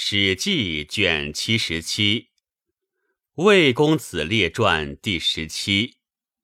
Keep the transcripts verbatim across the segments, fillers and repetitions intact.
史记》卷七十七，魏公子列传第十七。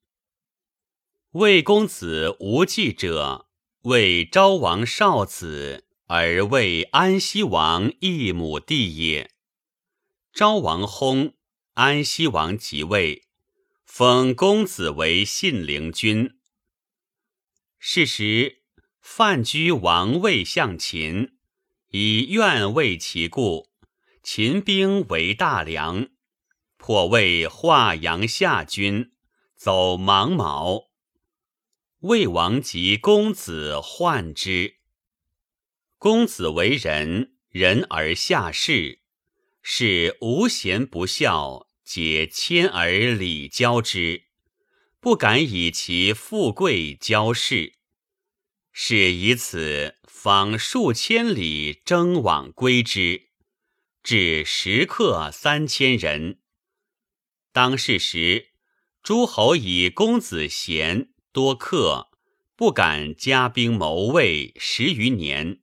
魏公子无忌者，为昭王少子，而为安西王一母弟也。昭王薨，安西王即位，封公子为信陵君。是时，范雎王魏向秦，以愿为其故，秦兵围大梁，破魏华阳下军，走芒瑁。魏王及公子患之。公子为人，仁而下士，是无贤不孝，皆谦而礼交之，不敢以其富贵交士。是以此访数千里，征往归之，至食客三千人。当世时，诸侯以公子贤，多客，不敢加兵谋魏十余年。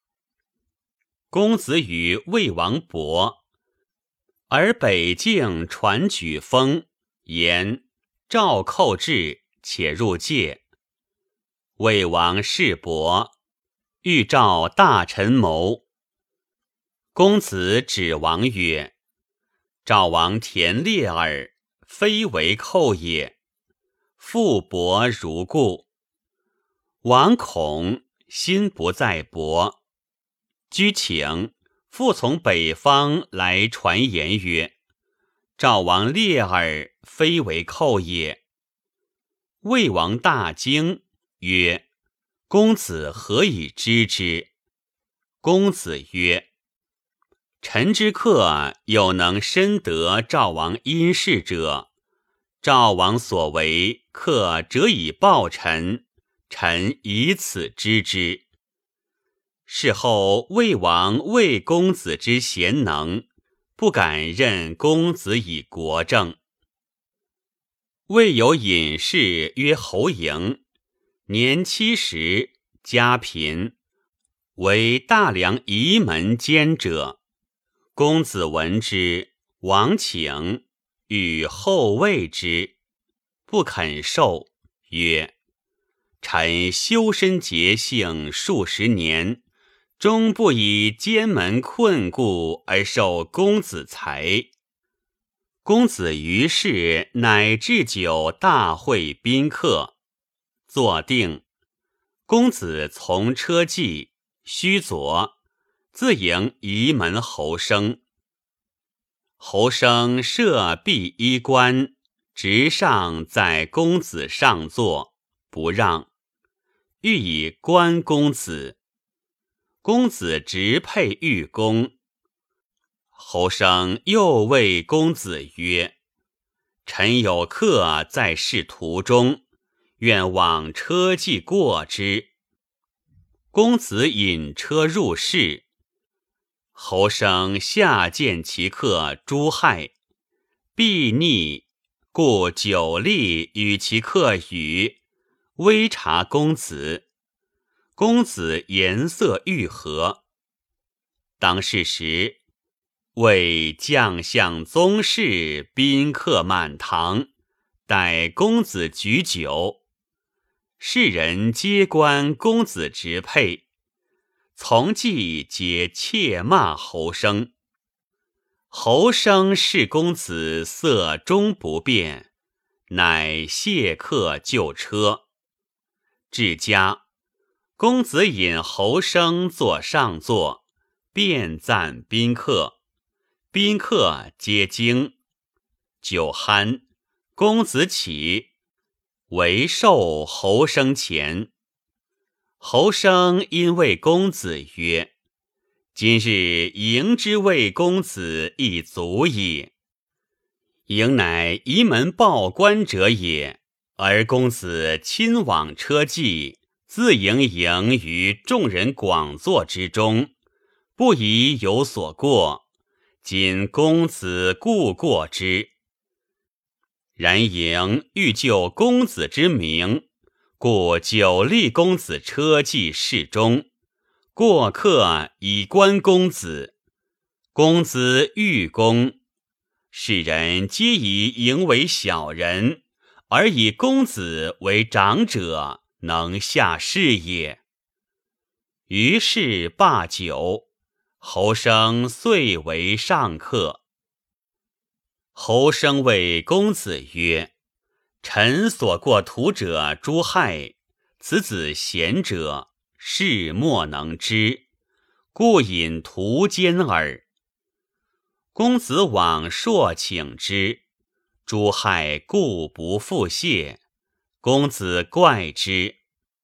公子与魏王伯，而北境传举封，言赵寇至，且入界。魏王视伯，欲召大臣谋。公子指王曰：赵王田猎耳，非为寇也。复伯如故。王恐，心不在伯。居请，复从北方来传言曰：赵王猎耳，非为寇也。魏王大惊，曰：公子何以知之？公子曰：臣之客有能深得赵王阴事者，赵王所为，客则以报臣，臣以此知之。事后魏王畏公子之贤能，不敢任公子以国政。魏有隐士曰侯嬴，年七十，家贫，为大梁仪门监者。公子闻之，王请，与后位之，不肯受，曰：臣修身节性数十年，终不以监门困固而受公子财。公子于是乃置酒大会宾客，坐定。公子从车骑，须佐，自迎仪门侯生。侯生设壁衣冠，直上在公子上座，不让，欲以观公子。公子直佩玉弓。侯生又谓公子曰：臣有客在仕途中，愿往车骑过之。公子引车入室。侯生下见其客诛害，必逆，故久立与其客语，微察公子。公子颜色愈和。当是时，为将相宗室宾客满堂，待公子举酒。世人皆观公子直佩，从骑皆窃骂侯生。侯生视公子色终不变，乃谢客就车。至家，公子引侯生坐上座，便赞宾客，宾客皆惊。酒酣，公子起，为受侯生前。侯生因谓公子曰：今日迎之谓公子亦足矣。迎乃仪门报官者也，而公子亲往车骑，自迎迎于众人广坐之中，不宜有所过，今公子故过之。然迎欲救公子之名，故久立公子车骑侍中，过客以观公子。 公子欲公，世人皆以迎为小人，而以公子为长者，能下士也。于是罢酒，侯生遂为上客。侯生谓公子曰：臣所过图者诛害，此子贤者，士莫能知，故引图奸耳。公子往朔请之，诛害故不复谢，公子怪之。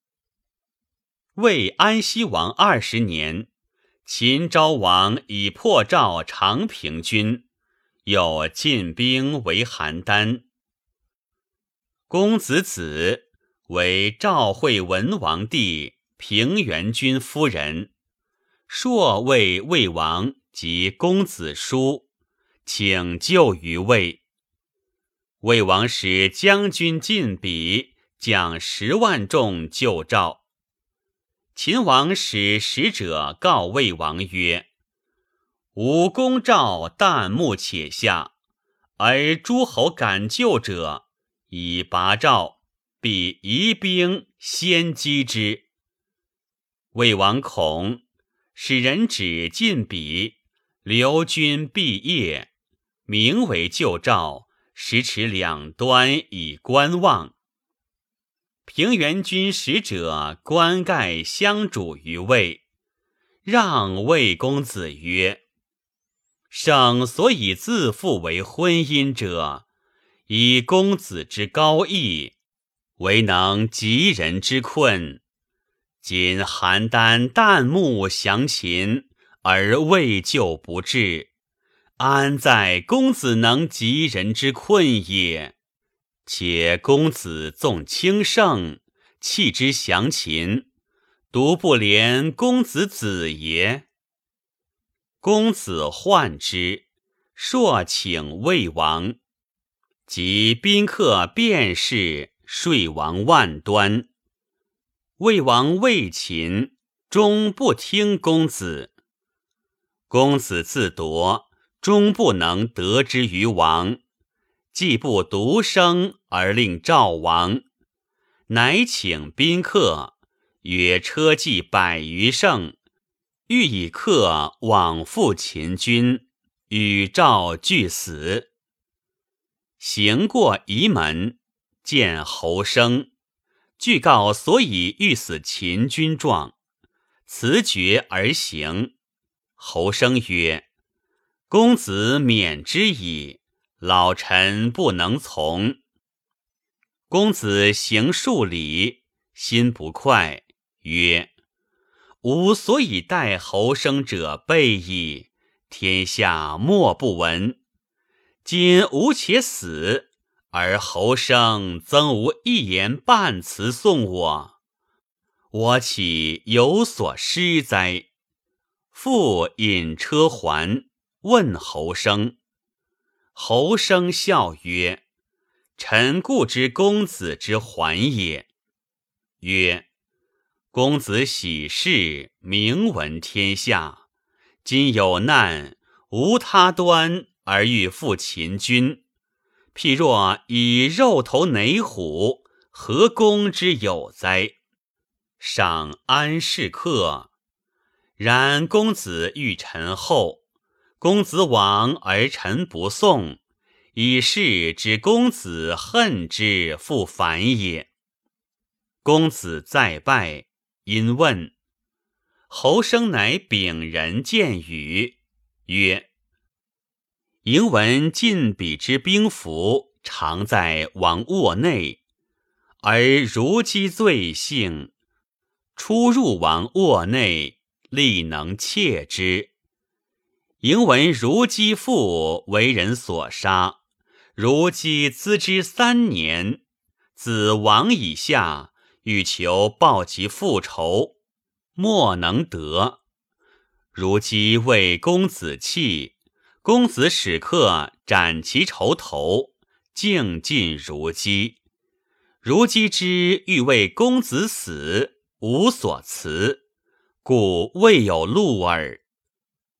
魏安西王二十年，秦昭王以破赵长平君，又进兵为邯郸。公子子为赵惠文王弟平原君夫人，朔谓魏王及公子叔，请救于魏。魏王使将军晋鄙将十万众救赵。秦王使使者告魏王曰：吾攻赵旦暮且下，而诸侯敢救者，以拔赵，必移兵先击之。魏王恐，使人指晋鄙，留军毕业，名为救赵，时持两端以观望。平原君使者冠盖相主于魏，让魏公子曰：圣所以自负为婚姻者，以公子之高义，唯能急人之困。今邯郸旦暮降秦，而未救不至，安在公子能急人之困也？且公子纵轻胜，弃之降秦，独不怜公子子也？公子患之，朔请魏王，及宾客便士，税王万端。魏王畏秦，终不听公子。公子自夺，终不能得之于王，既不独生而令赵王，乃请宾客，约车骑百余乘，欲以客往复秦军，与赵俱死。行过夷门，见侯生，具告所以欲死秦军状，辞绝而行。侯生曰：公子免之矣，老臣不能从。公子行数里，心不快，曰：吾所以待侯生者备矣，天下莫不闻。今吾且死，而侯生曾无一言半词送我，我岂有所失哉？复引车还，问侯生。侯生笑曰：臣固知公子之还也。曰：公子喜事，名闻天下，今有难，无他端而欲复秦军，譬若以肉投馁虎，何公之有哉？赏安是客。然公子欲臣后，公子往而臣不送，以是知公子恨之复反也。公子再拜，因问。侯生乃秉人见语，曰：迎闻晋鄙之兵符常在王卧内，而如击罪性，出入王卧内，力能窃之。迎闻如击父为人所杀，如击资之三年，子王以下，欲求报其复仇，莫能得。如击为公子弃，公子使客斩其仇头，径尽如击。如击之欲为公子死，无所辞，故未有路耳。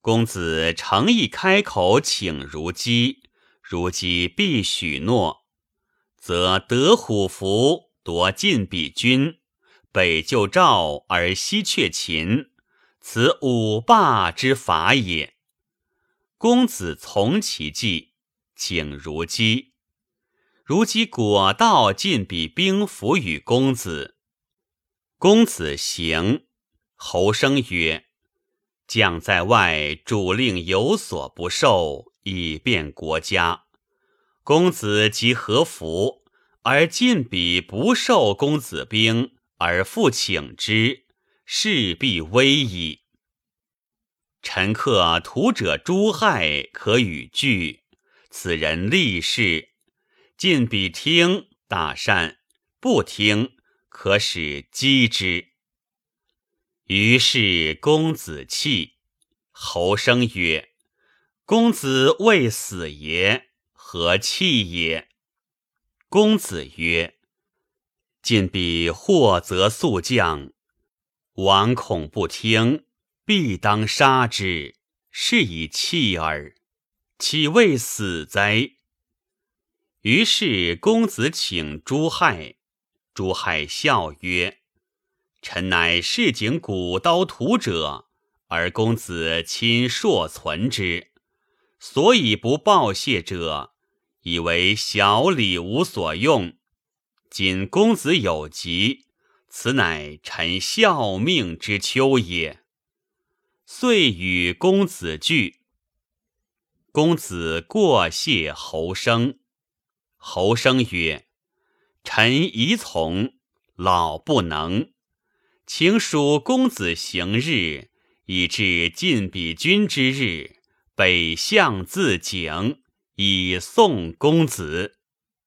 公子诚意开口请如姬，如姬必许诺，则得虎符，夺晋鄙君，北救赵而西却秦，此五霸之法也。公子从其计，请如姬。如姬果到晋鄙兵符与公子。公子行。侯生曰：将在外，主令有所不受，以便国家。公子即何服？而晋鄙不受公子兵，而复请之，势必危矣。臣客屠者诛害，可与惧。此人立事，晋鄙听，大善；不听，可使击之。于是公子弃。侯生曰：公子未死也，何弃也？公子曰：晋鄙祸则速降，王恐不听，必当杀之，是以弃耳，岂未死哉？于是公子请诛害。诛害笑曰：臣乃市井古刀屠者，而公子亲硕存之，所以不报谢者，以为小礼无所用。今公子有疾，此乃臣效命之秋也。遂与公子聚。公子过谢侯生。侯生曰：臣宜从，老不能，请属公子行日，以至晋鄙君之日，北向自警，以送公子。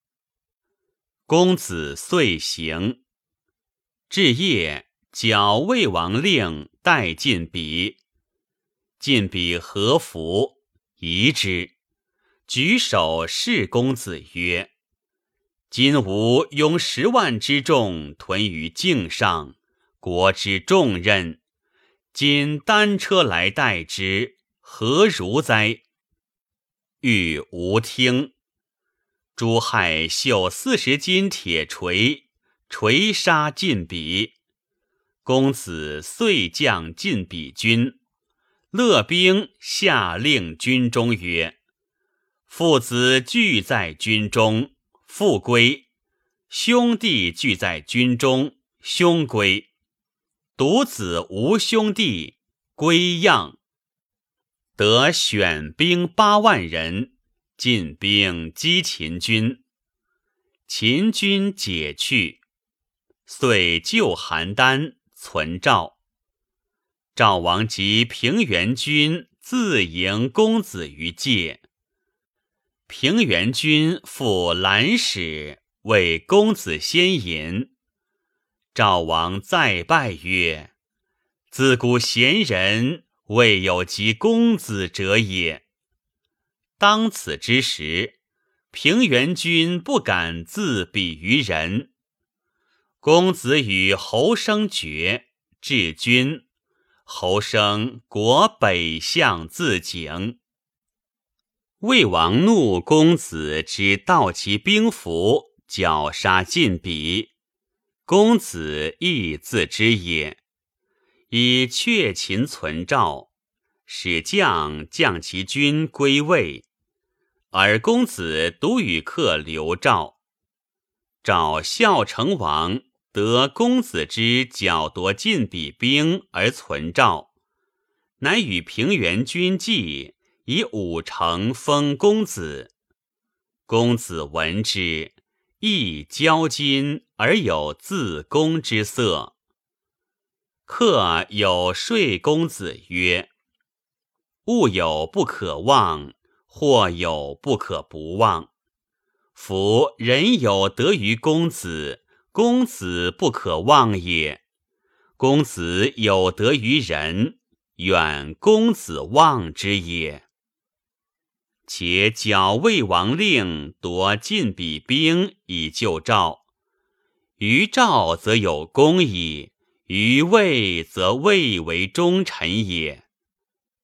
公子遂行。至夜，矫魏王令待晋鄙。晋鄙何服，疑之，举手视公子曰：今吾拥十万之众屯于境上，国之重任，今单车来待之，何如哉？欲无听。诛害绣四十斤铁锤，锤杀晋鄙。公子遂将晋鄙军，勒兵下令军中曰：父子俱在军中，父归；兄弟俱在军中，兄归；独子无兄弟，归样。得选兵八万人，进兵击秦军。秦军解去，遂救邯郸，存赵。赵王及平原君自迎公子于界。平原君复兰使，为公子先饮。赵王再拜曰：自古贤人，未有及公子者也。当此之时，平原君不敢自比于人。公子与侯生决，至军。侯生果北向自警。魏王怒公子之盗其兵符，绞杀晋鄙。公子亦自知也，以却秦存赵，使将将其军归魏，而公子独与客留赵。赵孝成王得公子之剿夺晋鄙兵而存赵，乃与平原君计，以五城封公子。公子闻之，亦骄矜而有自公之色。客有说公子曰：物有不可忘，或有不可不忘。夫人有得于公子，公子不可忘也；公子有得于人，远公子忘之也。且矫魏王令夺晋鄙兵以救赵，于赵则有功矣，于魏则魏为忠臣也。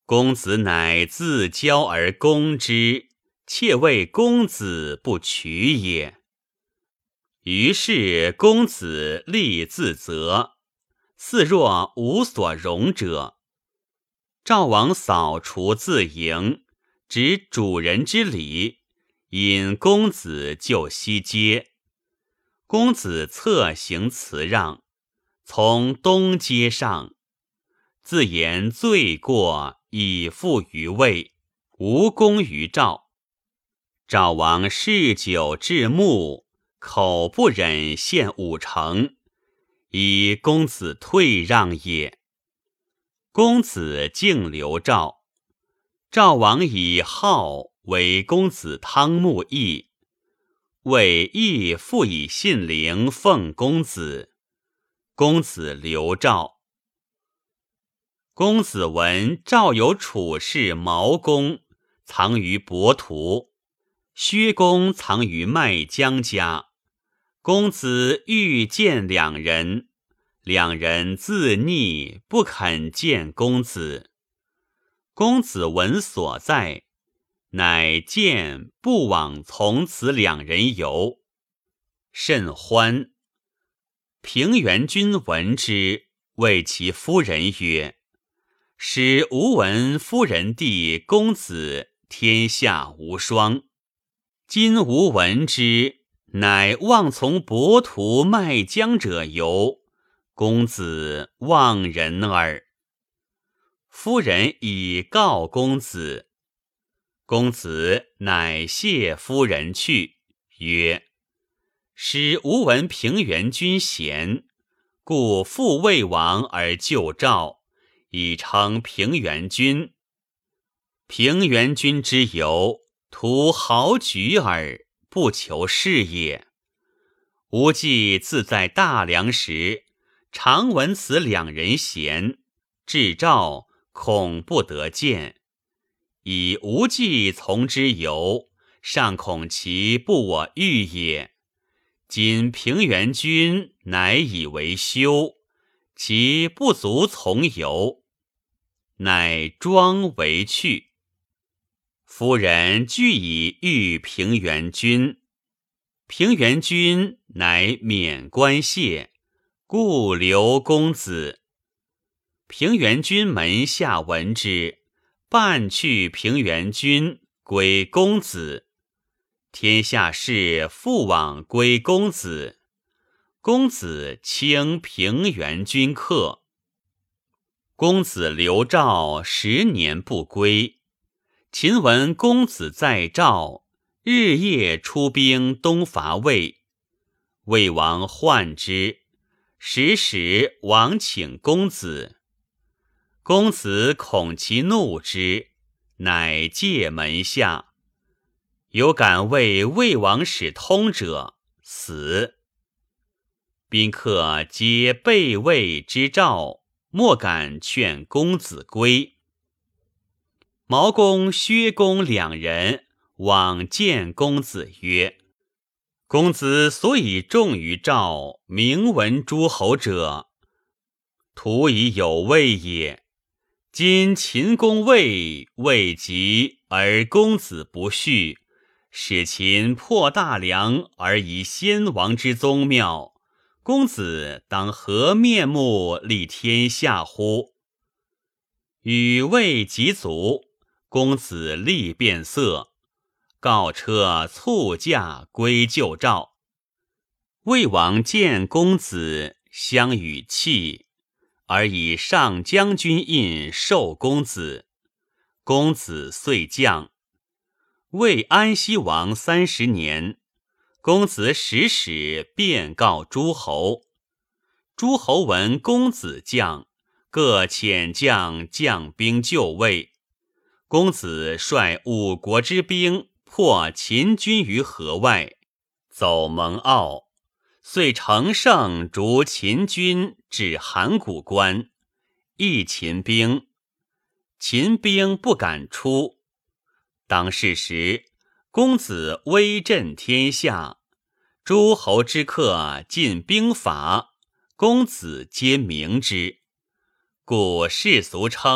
公子乃自骄而攻之，妾谓公子不取也。于是公子立自责，似若无所容者。赵王扫除自迎，执主人之礼，引公子就西街。公子侧行辞让，从东街上，自言罪过，以负于魏，无功于赵。赵王嗜酒至暮，口不忍献五成，以公子退让也。公子敬留赵，赵王以好为公子汤沐邑，魏亦复以信陵奉公子，公子留赵。公子闻赵有楚氏毛公藏于伯图，薛公藏于麦姜家，公子欲见两人，两人自逆，不肯见公子。公子闻所在，乃见不往从此两人游，甚欢。平原君闻之，谓其夫人曰：使吾闻夫人弟公子天下无双，今吾闻之，乃望从伯图麦姜者游，公子忘人耳。夫人以告公子，公子乃谢夫人去，曰：使吾闻平原君贤，故复魏王而救赵，以称平原君。平原君之游，图豪举耳，不求事也。吾既自在大梁时，常闻此两人贤，至赵恐不得见，以无计从之游，尚恐其不我欲也。今平原君乃以为休，其不足从游，乃庄为去。夫人俱以遇平原君，平原君乃免官谢，故留公子。平原君门下闻之，半去平原君，归公子。天下事复往归公子，公子轻平原君客。公子留赵十年不归，秦闻公子在赵，日夜出兵东伐魏。魏王患之，时时往请公子。公子恐其怒之，乃戒门下。有敢为魏王使通者，死。宾客皆备魏之赵，莫敢劝公子归。毛公、薛公两人往见公子曰：公子所以重于赵，名闻诸侯者，徒以有魏也。今秦攻魏，魏急而公子不恤，使秦破大梁而遗先王之宗庙，公子当何面目立天下乎？与魏及足，公子立变色，告车促驾归救赵。魏王见公子，相与泣，而以上将军印授公子。公子遂降。魏安西王三十年，公子使使便告诸侯。诸侯闻公子降，各遣将将兵救魏。公子率五国之兵破秦军于河外，走蒙骜，遂乘胜逐秦军至函谷关，益秦兵。秦兵不敢出。当是时，公子威震天下，诸侯之客尽兵法，公子皆明之，故世俗称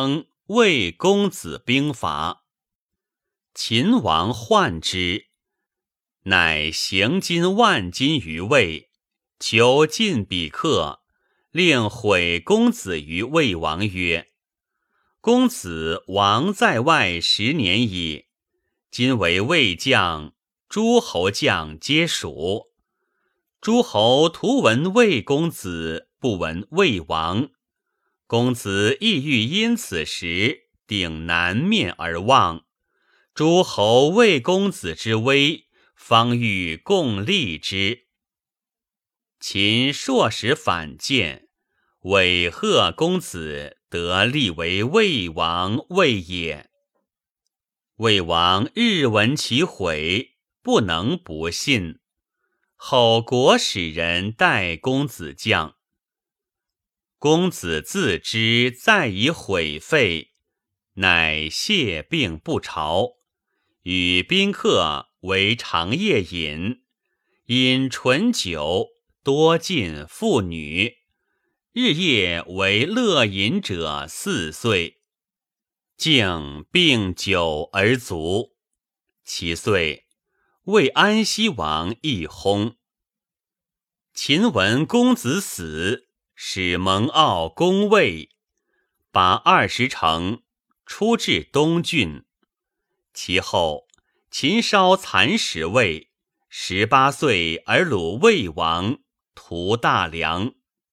魏公子兵伐。秦王患之，乃行金万金于魏，求晋比克，令毁公子于魏王曰：公子王在外十年矣，今为魏将，诸侯将皆属。诸侯徒闻魏公子，不闻魏王。公子意欲因此时，顶南面而望。诸侯魏公子之威，方欲共立之。秦硕使反见，委贺公子得立为魏王魏也。魏王日闻其毁，不能不信。后国使人待公子将。公子自知在以毁废，乃谢病不朝，与宾客为长夜饮，饮醇酒，多尽妇女，日夜为乐饮者四岁，竟病久而卒。其岁，魏安西王亦薨。秦闻公子死，使蒙骜攻魏，拔二十城，出至东郡。其后，秦稍蚕食魏，十八岁而虏魏王，屠大梁。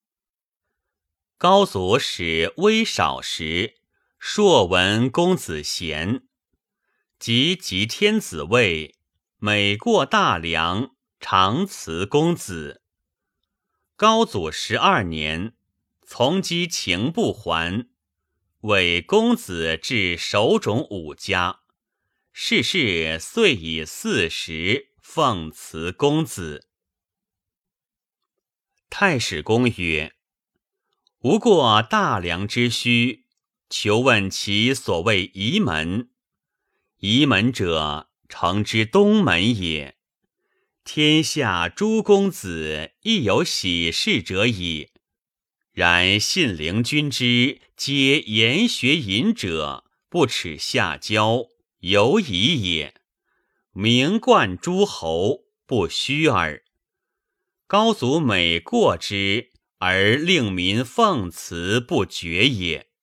高祖使威少时，朔闻公子贤，及即天子位，每过大梁，常辞公子。高祖十二年，从击秦不还，为公子至守冢五家。世事遂以四十奉辞公子。太史公曰：吾过大梁之墟，求问其所谓夷门。夷门者，城之东门也。天下诸公子亦有喜事者矣。然信陵君之皆言学隐者，不耻下交，犹疑也。名冠诸侯，不虚耳。高祖每过之，而令民奉辞不绝也。